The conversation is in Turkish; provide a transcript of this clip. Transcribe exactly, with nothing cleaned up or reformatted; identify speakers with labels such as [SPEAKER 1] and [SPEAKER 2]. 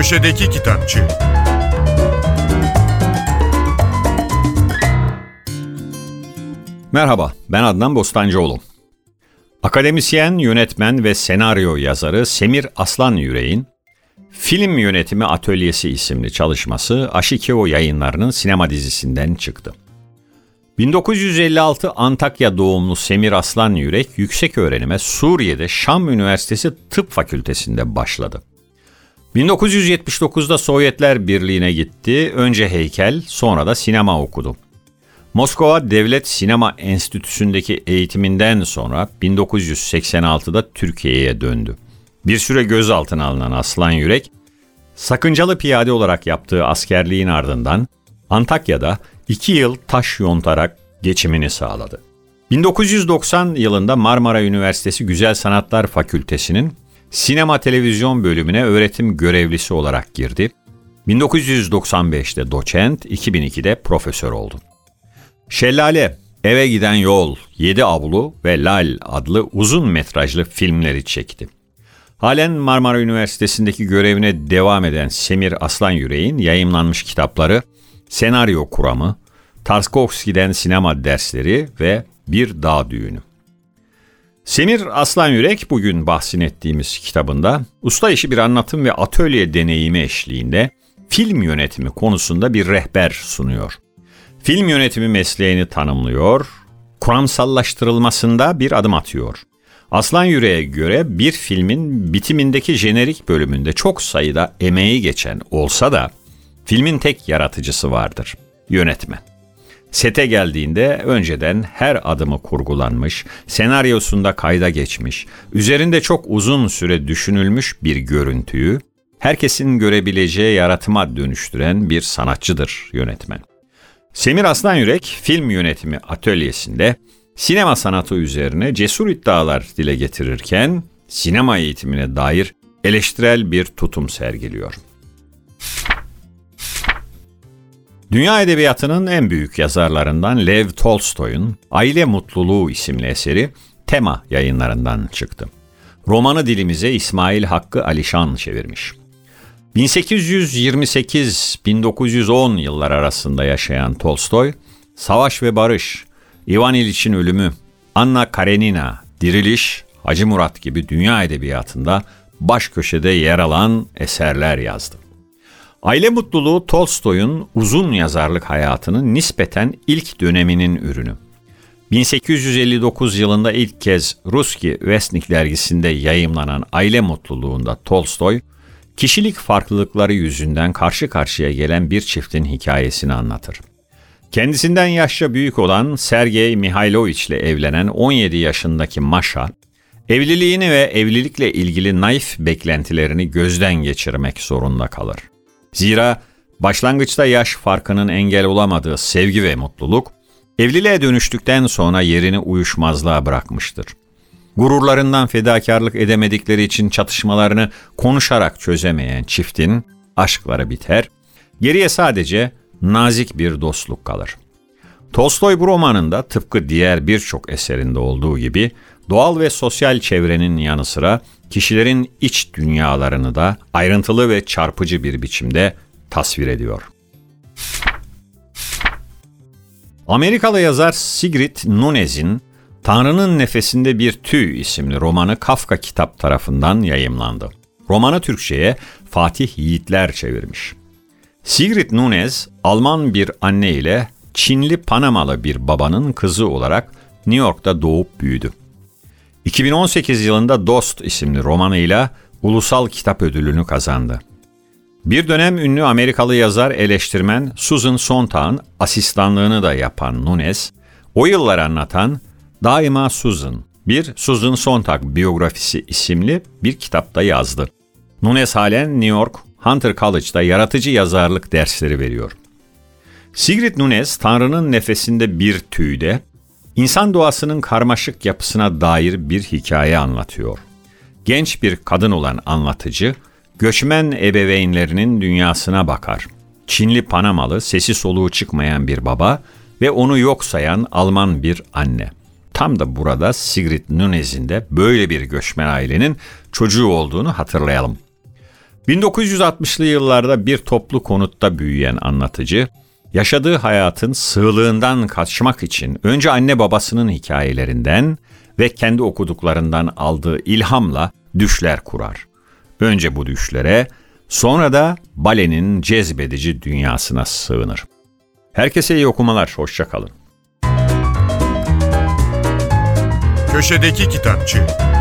[SPEAKER 1] Köşedeki Kitapçı.
[SPEAKER 2] Merhaba, ben Adnan Bostancıoğlu. Akademisyen, yönetmen ve senaryo yazarı Semir Aslanyürek'in Film Yönetimi Atölyesi isimli çalışması Aşikeo Yayınları'nın sinema dizisinden çıktı. bin dokuz yüz elli altı Antakya doğumlu Semir Aslanyürek yüksek öğrenime Suriye'de Şam Üniversitesi Tıp Fakültesi'nde başladı. bin dokuz yüz yetmiş dokuzda Sovyetler Birliği'ne gitti, önce heykel, sonra da sinema okudu. Moskova Devlet Sinema Enstitüsü'ndeki eğitiminden sonra bin dokuz yüz seksen altıda Türkiye'ye döndü. Bir süre gözaltına alınan Aslanyürek, sakıncalı piyade olarak yaptığı askerliğin ardından Antakya'da iki yıl taş yontarak geçimini sağladı. bin dokuz yüz doksan yılında Marmara Üniversitesi Güzel Sanatlar Fakültesi'nin sinema televizyon bölümüne öğretim görevlisi olarak girdi. bin dokuz yüz doksan beşte doçent, iki bin ikide profesör oldu. Şelale, Eve Giden Yol, Yedi Avlu ve Lal adlı uzun metrajlı filmleri çekti. Halen Marmara Üniversitesi'ndeki görevine devam eden Semir Aslanyürek'in yayımlanmış kitapları Senaryo Kuramı, Tarkovski'den Sinema Dersleri ve Bir Dağ Düğünü. Semir Aslanyürek bugün bahsini ettiğimiz kitabında usta işi bir anlatım ve atölye deneyimi eşliğinde film yönetimi konusunda bir rehber sunuyor. Film yönetimi mesleğini tanımlıyor, kuramsallaştırılmasında bir adım atıyor. Aslanyürek'e göre bir filmin bitimindeki jenerik bölümünde çok sayıda emeği geçen olsa da filmin tek yaratıcısı vardır, yönetmen. Sete geldiğinde önceden her adımı kurgulanmış, senaryosunda kayda geçmiş, üzerinde çok uzun süre düşünülmüş bir görüntüyü herkesin görebileceği yaratıma dönüştüren bir sanatçıdır yönetmen. Semir Aslanyürek film yönetimi atölyesinde sinema sanatı üzerine cesur iddialar dile getirirken sinema eğitimine dair eleştirel bir tutum sergiliyor. Dünya edebiyatının en büyük yazarlarından Lev Tolstoy'un Aile Mutluluğu isimli eseri Tema Yayınlarından çıktı. Romanı dilimize İsmail Hakkı Alişan çevirmiş. bin sekiz yüz yirmi sekiz - bin dokuz yüz on yıllar arasında yaşayan Tolstoy, Savaş ve Barış, Ivan İliç'in Ölümü, Anna Karenina, Diriliş, Hacı Murat gibi dünya edebiyatında baş köşede yer alan eserler yazdı. Aile Mutluluğu Tolstoy'un uzun yazarlık hayatının nispeten ilk döneminin ürünü. bin sekiz yüz elli dokuz yılında ilk kez Ruski Vestnik dergisinde yayımlanan Aile Mutluluğu'nda Tolstoy, kişilik farklılıkları yüzünden karşı karşıya gelen bir çiftin hikayesini anlatır. Kendisinden yaşça büyük olan Sergey Mihailovich ile evlenen on yedi yaşındaki Masha, evliliğini ve evlilikle ilgili naif beklentilerini gözden geçirmek zorunda kalır. Zira başlangıçta yaş farkının engel olamadığı sevgi ve mutluluk, evliliğe dönüştükten sonra yerini uyuşmazlığa bırakmıştır. Gururlarından fedakarlık edemedikleri için çatışmalarını konuşarak çözemeyen çiftin aşkları biter, geriye sadece nazik bir dostluk kalır. Tolstoy bu romanında tıpkı diğer birçok eserinde olduğu gibi doğal ve sosyal çevrenin yanı sıra kişilerin iç dünyalarını da ayrıntılı ve çarpıcı bir biçimde tasvir ediyor. Amerikalı yazar Sigrid Nunez'in Tanrı'nın Nefesinde Bir Tüy isimli romanı Kafka Kitap tarafından yayımlandı. Romanı Türkçe'ye Fatih Yiğitler çevirmiş. Sigrid Nunez, Alman bir anne ile Çinli Panamalı bir babanın kızı olarak New York'ta doğup büyüdü. iki bin on sekiz yılında Dost isimli romanıyla Ulusal Kitap Ödülünü kazandı. Bir dönem ünlü Amerikalı yazar eleştirmen Susan Sontag'ın asistanlığını da yapan Nunez, o yılları anlatan Daima Susan, bir Susan Sontag biyografisi isimli bir kitapta yazdı. Nunez halen New York Hunter College'da yaratıcı yazarlık dersleri veriyor. Sigrid Nunez, Tanrı'nın Nefesinde Bir Tüy'de insan doğasının karmaşık yapısına dair bir hikaye anlatıyor. Genç bir kadın olan anlatıcı, göçmen ebeveynlerinin dünyasına bakar. Çinli Panamalı, sesi soluğu çıkmayan bir baba ve onu yok sayan Alman bir anne. Tam da burada Sigrid Nunez'in de böyle bir göçmen ailenin çocuğu olduğunu hatırlayalım. bin dokuz yüz altmışlı yıllarda bir toplu konutta büyüyen anlatıcı, yaşadığı hayatın sığlığından kaçmak için önce anne babasının hikayelerinden ve kendi okuduklarından aldığı ilhamla düşler kurar. Önce bu düşlere, sonra da balenin cezbedici dünyasına sığınır. Herkese iyi okumalar, hoşça kalın.
[SPEAKER 1] Köşedeki Kitapçı.